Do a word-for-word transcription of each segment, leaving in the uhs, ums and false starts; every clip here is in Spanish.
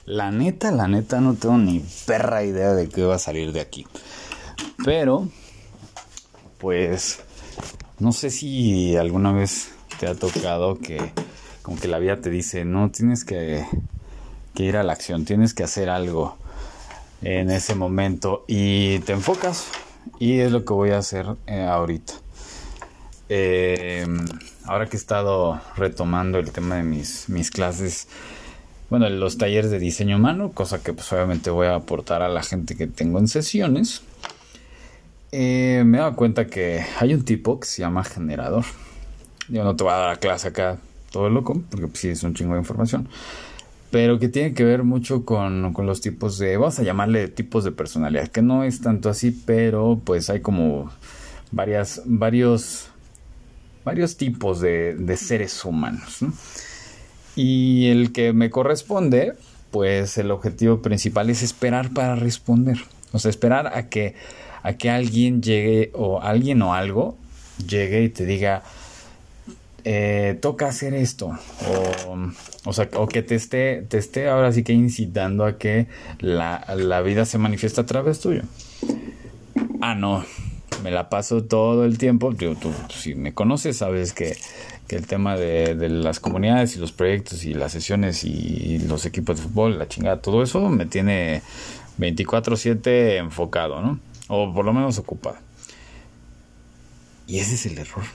La neta, la neta, no tengo ni perra idea de qué va a salir de aquí. Pero, pues, no sé si alguna vez te ha tocado que como que la vida te dice, no, tienes que, que ir a la acción, tienes que hacer algo en ese momento y te enfocas, y es lo que voy a hacer eh, ahorita. Eh, ahora que he estado retomando el tema de mis, mis clases, bueno, los talleres de diseño humano, cosa que pues obviamente voy a aportar a la gente que tengo en sesiones, eh, me he dado cuenta que hay un tipo que se llama generador. Yo no te voy a dar la clase acá todo loco, porque pues sí es un chingo de información, pero que tiene que ver mucho con, con los tipos de, vamos a llamarle tipos de personalidad, que no es tanto así, pero pues hay como varias, varios, varios tipos de, de seres humanos, ¿no? Y el que me corresponde, pues el objetivo principal es esperar para responder. O sea, esperar a que, a que alguien llegue, o alguien o algo llegue y te diga, eh, toca hacer esto. O, o sea, o que te esté, te esté ahora sí que incitando a que la, la vida se manifieste a través tuyo. Ah, no. Me la paso todo el tiempo. Tú, tú, si me conoces, sabes que, que el tema de, de las comunidades y los proyectos y las sesiones y los equipos de fútbol, la chingada, todo eso me tiene veinticuatro siete enfocado, ¿no? O por lo menos ocupado. Y ese es el error.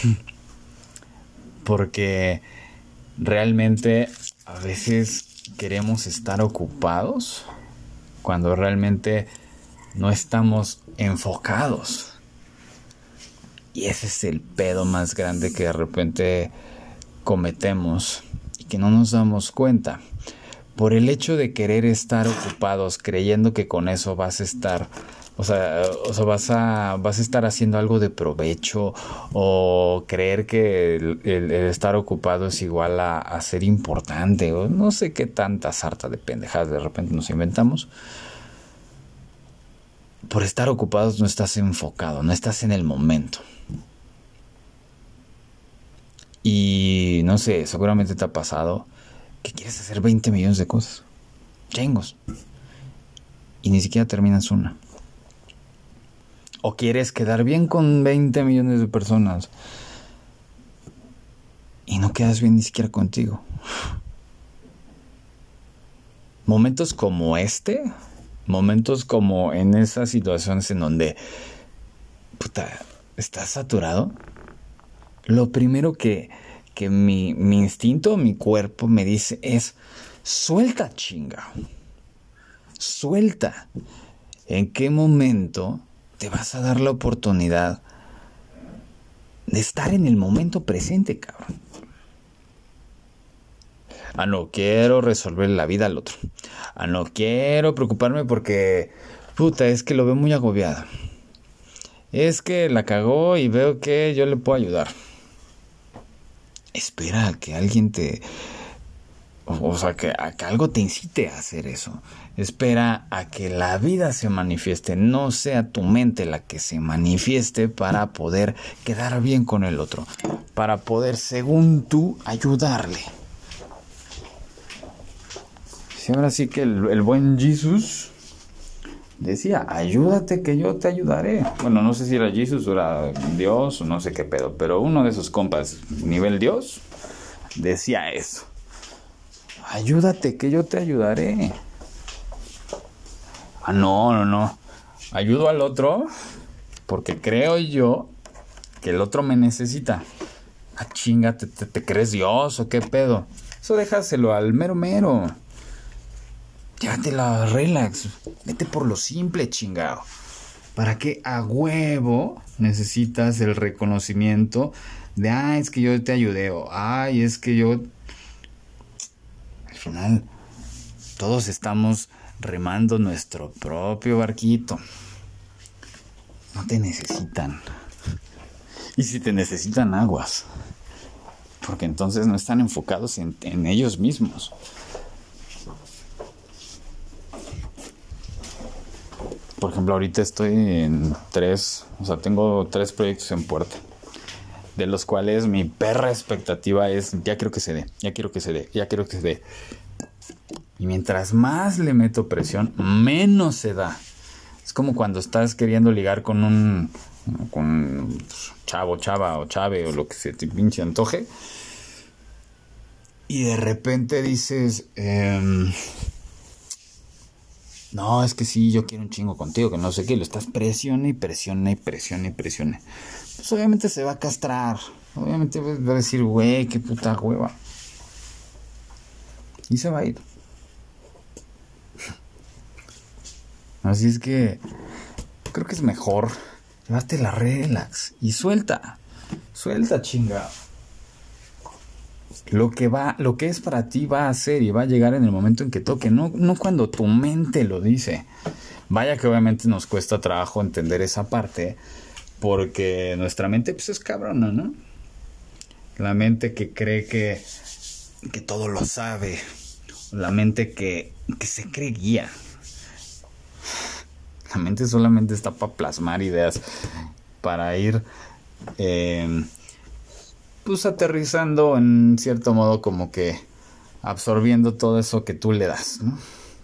Porque realmente a veces queremos estar ocupados cuando realmente no estamos enfocados. Y ese es el pedo más grande que de repente cometemos y que no nos damos cuenta. Por el hecho de querer estar ocupados, creyendo que con eso vas a estar, o sea, o sea vas a vas a estar haciendo algo de provecho, o creer que el, el, el estar ocupado es igual a, a ser importante, o no sé qué tanta sarta de pendejadas de repente nos inventamos. Por estar ocupados no estás enfocado, no estás en el momento. Y no sé, seguramente te ha pasado que quieres hacer veinte millones de cosas. Chingos. Y ni siquiera terminas una. O quieres quedar bien con veinte millones de personas. Y no quedas bien ni siquiera contigo. Momentos como este, momentos como en esas situaciones en donde, puta, estás saturado. Lo primero que, que mi, mi instinto, mi cuerpo me dice es, suelta, chinga. Suelta. ¿En qué momento te vas a dar la oportunidad de estar en el momento presente, cabrón? Ah, no quiero resolver la vida al otro. Ah, no quiero preocuparme porque, puta, es que lo veo muy agobiado. Es que la cagó y veo que yo le puedo ayudar. Espera a que alguien te... O, o sea, que, a que algo te incite a hacer eso. Espera a que la vida se manifieste. No sea tu mente la que se manifieste para poder quedar bien con el otro. Para poder, según tú, ayudarle. Sí, ahora sí que el, el buen Jesús decía, ayúdate que yo te ayudaré. Bueno, no sé si era Jesús o era Dios o no sé qué pedo, pero uno de esos compas, nivel Dios, decía eso. Ayúdate que yo te ayudaré. Ah, no, no, no. Ayudo al otro porque creo yo que el otro me necesita. Ah, chinga, ¿te, te, te crees Dios o qué pedo? Eso déjaselo al mero mero. Llévatela, relax. Vete por lo simple, chingado. ¿Para qué a huevo necesitas el reconocimiento de, ah, es que yo te ayudé, o ay, es que yo... Al final, todos estamos remando nuestro propio barquito. No te necesitan. Y si te necesitan, aguas. Porque entonces no están enfocados en, en ellos mismos. Por ejemplo, ahorita estoy en tres, o sea, tengo tres proyectos en puerta, de los cuales mi perra expectativa es, ya quiero que se dé, ya quiero que se dé, ya quiero que se dé. Y mientras más le meto presión, menos se da. Es como cuando estás queriendo ligar con un con un chavo, chava o chave o lo que se te pinche antoje. Y de repente dices, eh, no, es que sí, yo quiero un chingo contigo, que no sé qué. Lo estás presione y presione y presione y presione. Pues obviamente se va a castrar. Obviamente va a decir, güey, qué puta hueva. Y se va a ir. Así es que creo que es mejor llevarte la relax y suelta, suelta chingado. Lo que va, lo que es para ti va a ser y va a llegar en el momento en que toque, no, no cuando tu mente lo dice. Vaya que obviamente nos cuesta trabajo entender esa parte, porque nuestra mente pues es cabrona, ¿no? La mente que cree que, que todo lo sabe, la mente que, que se cree guía. La mente solamente está para plasmar ideas, para ir eh, pues aterrizando en cierto modo, como que absorbiendo todo eso que tú le das, ¿no?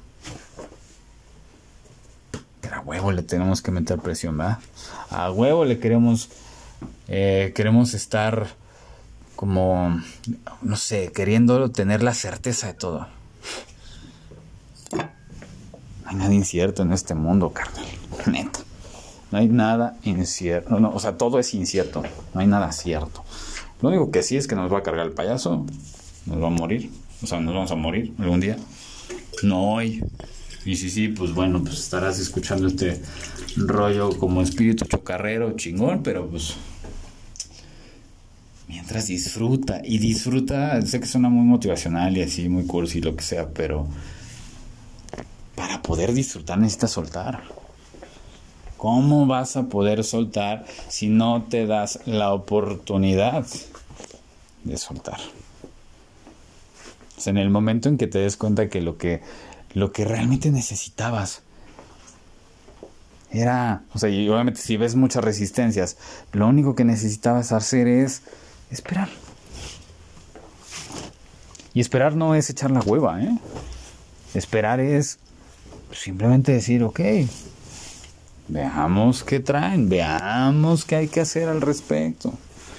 Pero a huevo le tenemos que meter presión, ¿verdad? A huevo le queremos eh, queremos estar como, no sé, queriendo tener la certeza de todo. No hay nada incierto en este mundo, carnal. Neta. No hay nada incierto. No, o sea, todo es incierto. No hay nada cierto. Lo único que sí es que nos va a cargar el payaso. Nos va a morir. O sea, nos vamos a morir algún día. No hoy. Y sí, sí, pues bueno, pues estarás escuchando este rollo como espíritu chocarrero, chingón, pero pues mientras disfruta. Y disfruta, sé que suena muy motivacional y así, muy cursi y lo que sea, pero para poder disfrutar necesitas soltar. ¿Cómo vas a poder soltar si no te das la oportunidad de soltar? O sea, en el momento en que te des cuenta que lo que, lo que realmente necesitabas era, o sea, y obviamente si ves muchas resistencias, lo único que necesitabas hacer es esperar. Y esperar no es echar la hueva, ¿eh? Esperar es simplemente decir, ok, veamos qué traen, veamos qué hay que hacer al respecto.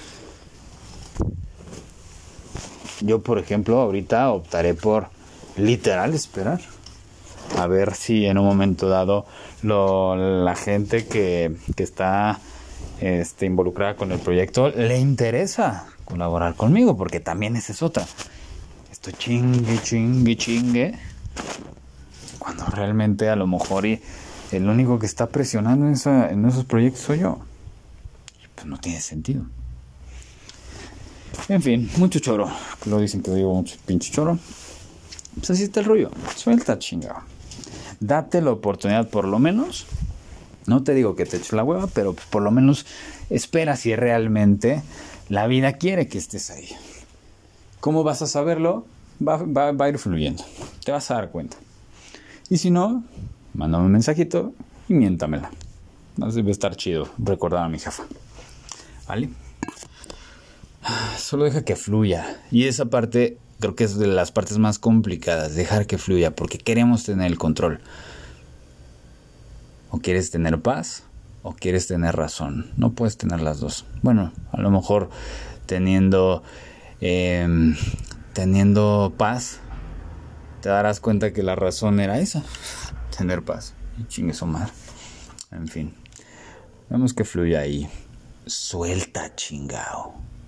Yo, por ejemplo, ahorita optaré por literal esperar. A ver si en un momento dado lo, la gente que, que está este, involucrada con el proyecto le interesa colaborar conmigo, porque también esa es otra. Estoy chingue, chingue, chingue, cuando realmente a lo mejor y el único que está presionando en, esa, en esos proyectos soy yo. Pues no tiene sentido. En fin, mucho choro. Lo dicen que digo mucho pinche choro. Pues así está el rollo. Suelta, chingado. Date la oportunidad, por lo menos. No te digo que te eches la hueva, pero por lo menos espera si realmente la vida quiere que estés ahí. ¿Cómo vas a saberlo? Va, va, va a ir fluyendo. Te vas a dar cuenta. Y si no, mándame un mensajito y miéntamela. Debe estar chido recordar a mi jefa. ¿Vale? Solo deja que fluya. Y esa parte creo que es de las partes más complicadas. Dejar que fluya, porque queremos tener el control. O quieres tener paz o quieres tener razón. No puedes tener las dos. Bueno, a lo mejor teniendo eh, teniendo paz, te darás cuenta que la razón era esa, tener paz. Y chingue su madre. En fin, vemos que fluye ahí. Suelta, chingao.